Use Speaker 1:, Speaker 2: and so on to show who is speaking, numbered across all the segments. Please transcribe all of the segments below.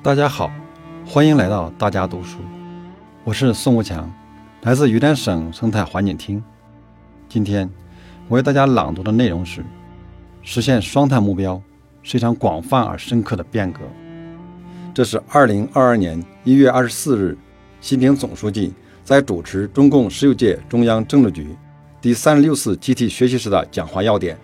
Speaker 1: 大家好，欢迎来到大家读书，我是宋国强，来自云南省生态环境厅。今天我为大家朗读的内容是：实现双碳目标是一场广泛而深刻的变革。这是2022年1月24日，习近平总书记在主持中共16届中央政治局第36次集体学习时的讲话要点。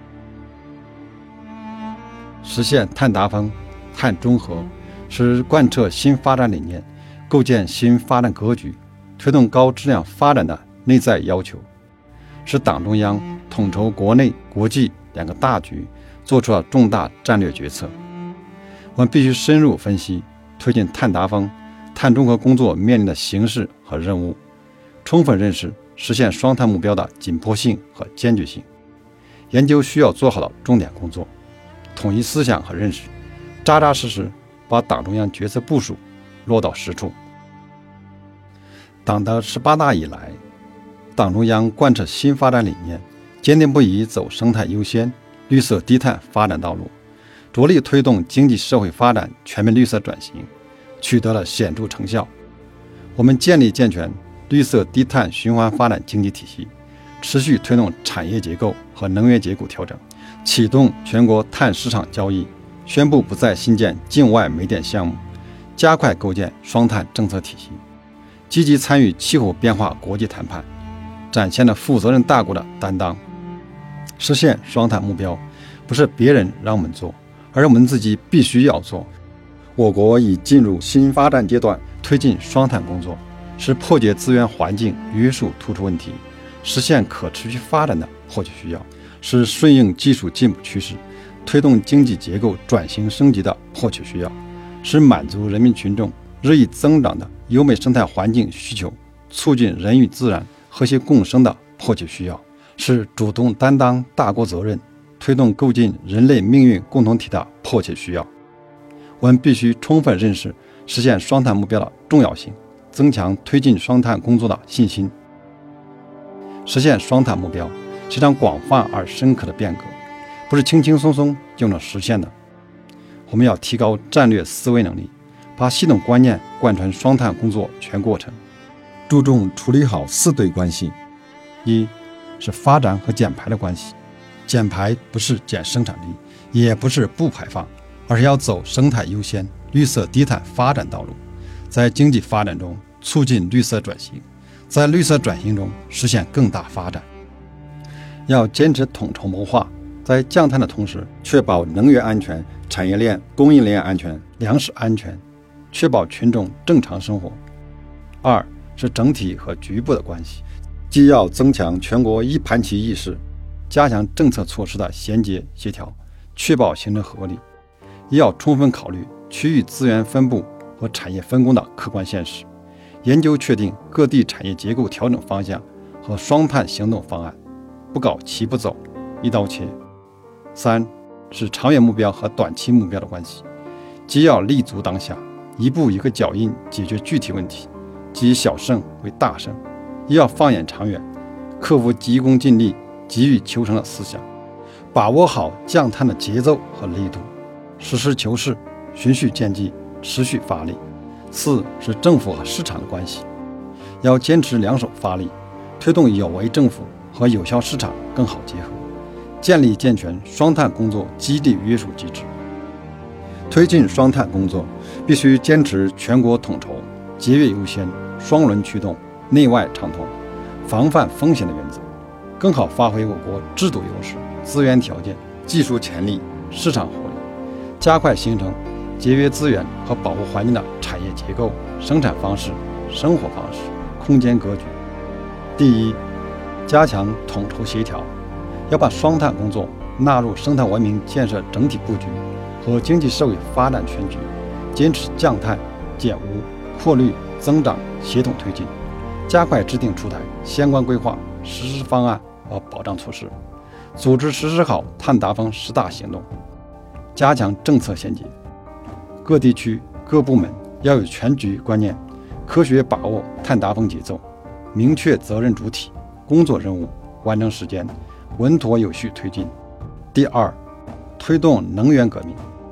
Speaker 1: 实现碳达峰、碳中和，是贯彻新发展理念、构建新发展格局、推动高质量发展的内在要求，是党中央统筹国内国际两个大局做出了重大战略决策。我们必须深入分析推进碳达峰、碳中和工作面临的形势和任务，充分认识实现双碳目标的紧迫性和艰巨性，研究需要做好的重点工作，统一思想和认识，扎扎实实把党中央决策部署落到实处。党的18大以来，党中央贯彻新发展理念，坚定不移走生态优先、绿色低碳发展道路，着力推动经济社会发展全面绿色转型，取得了显著成效。我们建立健全绿色低碳循环发展经济体系，持续推动产业结构和能源结构调整，启动全国碳市场交易，宣布不再新建境外煤电项目，加快构建双碳政策体系，积极参与气候变化国际谈判，展现了负责任大国的担当。实现双碳目标不是别人让我们做，而是我们自己必须要做。我国已进入新发展阶段，推进双碳工作是破解资源环境约束突出问题，实现可持续发展的迫切需要，是顺应技术进步趋势，推动经济结构转型升级的迫切需要，是满足人民群众日益增长的优美生态环境需求，促进人与自然和谐共生的迫切需要，是主动担当大国责任，推动构建人类命运共同体的迫切需要。我们必须充分认识实现双碳目标的重要性，增强推进双碳工作的信心。实现双碳目标是一场广泛而深刻的变革，不是轻轻松松就能实现的。我们要提高战略思维能力，把系统观念贯穿双碳工作全过程，注重处理好4对关系。一是发展和减排的关系，减排不是减生产力，也不是不排放，而是要走生态优先、绿色低碳发展道路，在经济发展中促进绿色转型，在绿色转型中实现更大发展。要坚持统筹谋划，在降碳的同时，确保能源安全、产业链、供应链安全、粮食安全，确保群众正常生活。二是整体和局部的关系，既要增强全国一盘棋意识，加强政策措施的衔接协调，确保形成合力，也要充分考虑区域资源分布和产业分工的客观现实，研究确定各地产业结构调整方向和双碳行动方案，不搞齐步走、一刀切。三是长远目标和短期目标的关系，既要立足当下，一步一个脚印解决具体问题，即以小胜为大胜，也要放眼长远，克服急功近利、急于求成的思想，把握好降碳的节奏和力度，实事求是、循序渐进、持续发力。四是政府和市场的关系，要坚持两手发力，推动有为政府和有效市场更好结合，建立健全双碳工作激励约束机制。推进双碳工作必须坚持全国统筹、节约优先、双轮驱动、内外畅通、防范风险的原则，更好发挥我国制度优势、资源条件、技术潜力、市场活力，加快形成节约资源和保护环境的产业结构、生产方式、生活方式、空间格局。第一，加强统筹协调，要把双碳工作纳入生态文明建设整体布局和经济社会发展全局，坚持降碳、减污、扩绿、增长协同推进，加快制定出台相关规划、实施方案和保障措施，组织实施好碳达峰10大行动，加强政策衔接。各地区各部门要有全局观念，科学把握碳达峰节奏，明确责任主体、工作任务、完成时间，稳妥有序推进。第二，推动能源革命，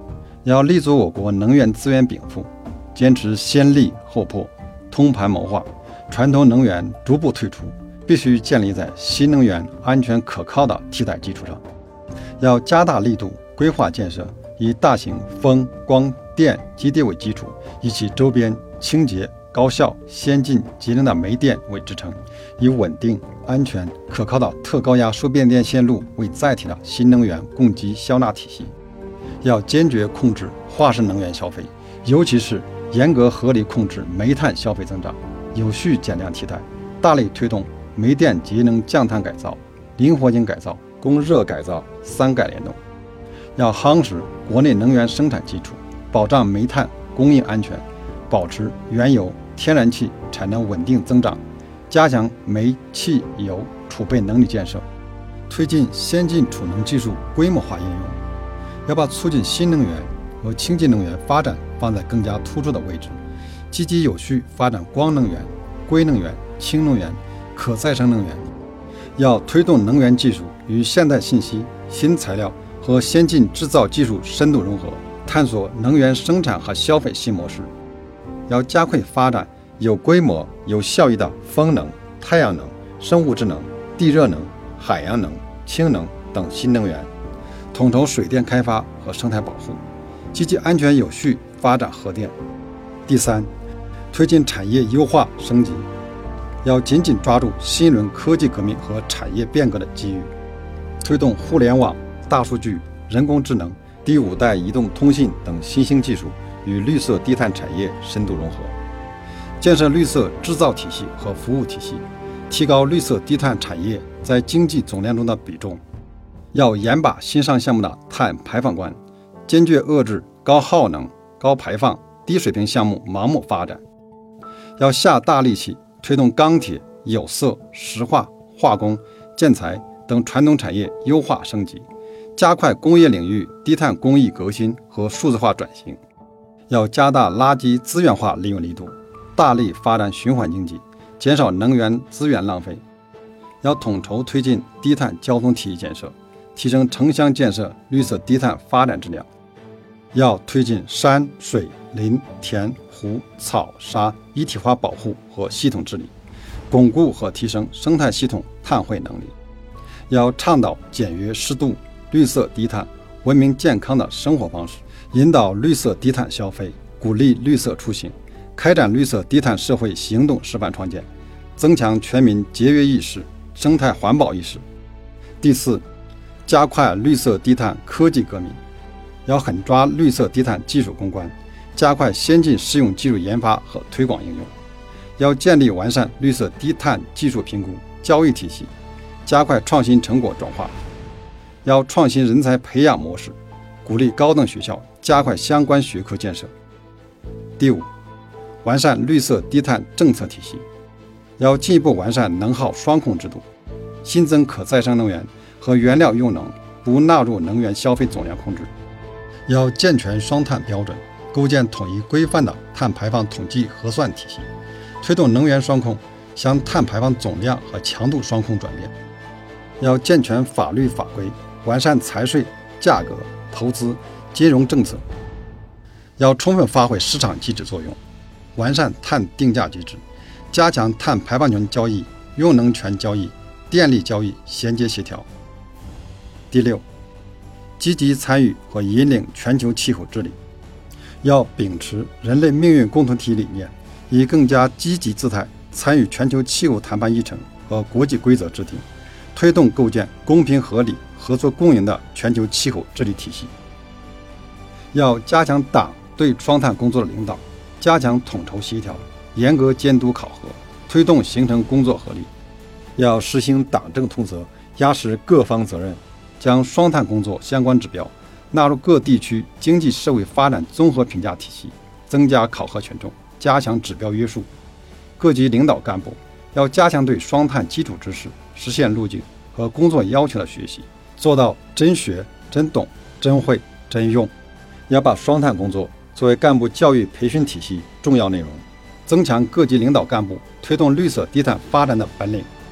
Speaker 1: 要立足我国能源资源禀赋，坚持先立后破，通盘谋划，传统能源逐步退出，必须建立在新能源安全可靠的替代基础上。要加大力度规划建设，以大型风光电基地为基础，以其周边清洁、高效、先进、节能的煤电为支撑，以稳定、安全、可靠的特高压输变电线路为载体的新能源供给销纳体系。要坚决控制化石能源消费，尤其是严格合理控制煤炭消费增长，有序减量替代，大力推动煤电节能降碳改造、灵活性改造、供热改造三改联动。要夯实国内能源生产基础，保障煤炭供应安全，保持原油、天然气产能稳定增长，加强煤气油储备能力建设，推进先进储能技术规模化应用。要把促进新能源和清洁能源发展放在更加突出的位置，积极有序发展光能源、硅能源、氢能源、可再生能源。要推动能源技术与现代信息、新材料和先进制造技术深度融合，探索能源生产和消费新模式。要加快发展有规模、有效益的风能、太阳能、生物质能、地热能、海洋能、氢能等新能源，统筹水电开发和生态保护，积极安全有序发展核电。第三，推进产业优化升级，要紧紧抓住新一轮科技革命和产业变革的机遇，推动互联网、大数据、人工智能、第五代移动通信等新兴技术与绿色低碳产业深度融合，建设绿色制造体系和服务体系，提高绿色低碳产业在经济总量中的比重。要严把新上项目的碳排放关，坚决遏制高耗能、高排放、低水平项目盲目发展。要下大力气推动钢铁、有色、石化、化工、建材等传统产业优化升级，加快工业领域低碳工艺革新和数字化转型。要加大垃圾资源化利用力度，大力发展循环经济，减少能源资源浪费。要统筹推进低碳交通体系建设，提升城乡建设绿色低碳发展质量。要推进山水林田湖草沙一体化保护和系统治理，巩固和提升生态系统碳汇能力。要倡导简约适度、绿色低碳、文明健康的生活方式，引导绿色低碳消费，鼓励绿色出行，开展绿色低碳社会行动示范创建，增强全民节约意识、生态环保意识。第四，加快绿色低碳科技革命，要狠抓绿色低碳技术攻关，加快先进适用技术研发和推广应用。要建立完善绿色低碳技术评估交易体系，加快创新成果转化。要创新人才培养模式，鼓励高等学校加快相关学科建设。第五，完善绿色低碳政策体系，要进一步完善能耗双控制度，新增可再生能源和原料用能不纳入能源消费总量控制。要健全双碳标准，构建统一规范的碳排放统计核算体系，推动能源双控向碳排放总量和强度双控转变。要健全法律法规，完善财税、价格、投资、金融政策。要充分发挥市场机制作用，完善碳定价机制，加强碳排放权交易、用能权交易、电力交易衔接协调。第六，积极参与和引领全球气候治理，要秉持人类命运共同体理念，以更加积极姿态参与全球气候谈判议程和国际规则制定，推动构建公平合理、合作共赢的全球气候治理体系。要加强党对双碳工作的领导，加强统筹协调，严格监督考核，推动形成工作合力。要实行党政通责，压实各方责任，将双碳工作相关指标纳入各地区经济社会发展综合评价体系，增加考核权重，加强指标约束。各级领导干部要加强对双碳基础知识、实现路径和工作要求的学习，做到真学、真懂、真会、真用。要把双碳工作作为干部教育培训体系重要内容，增强各级领导干部推动绿色低碳发展的本领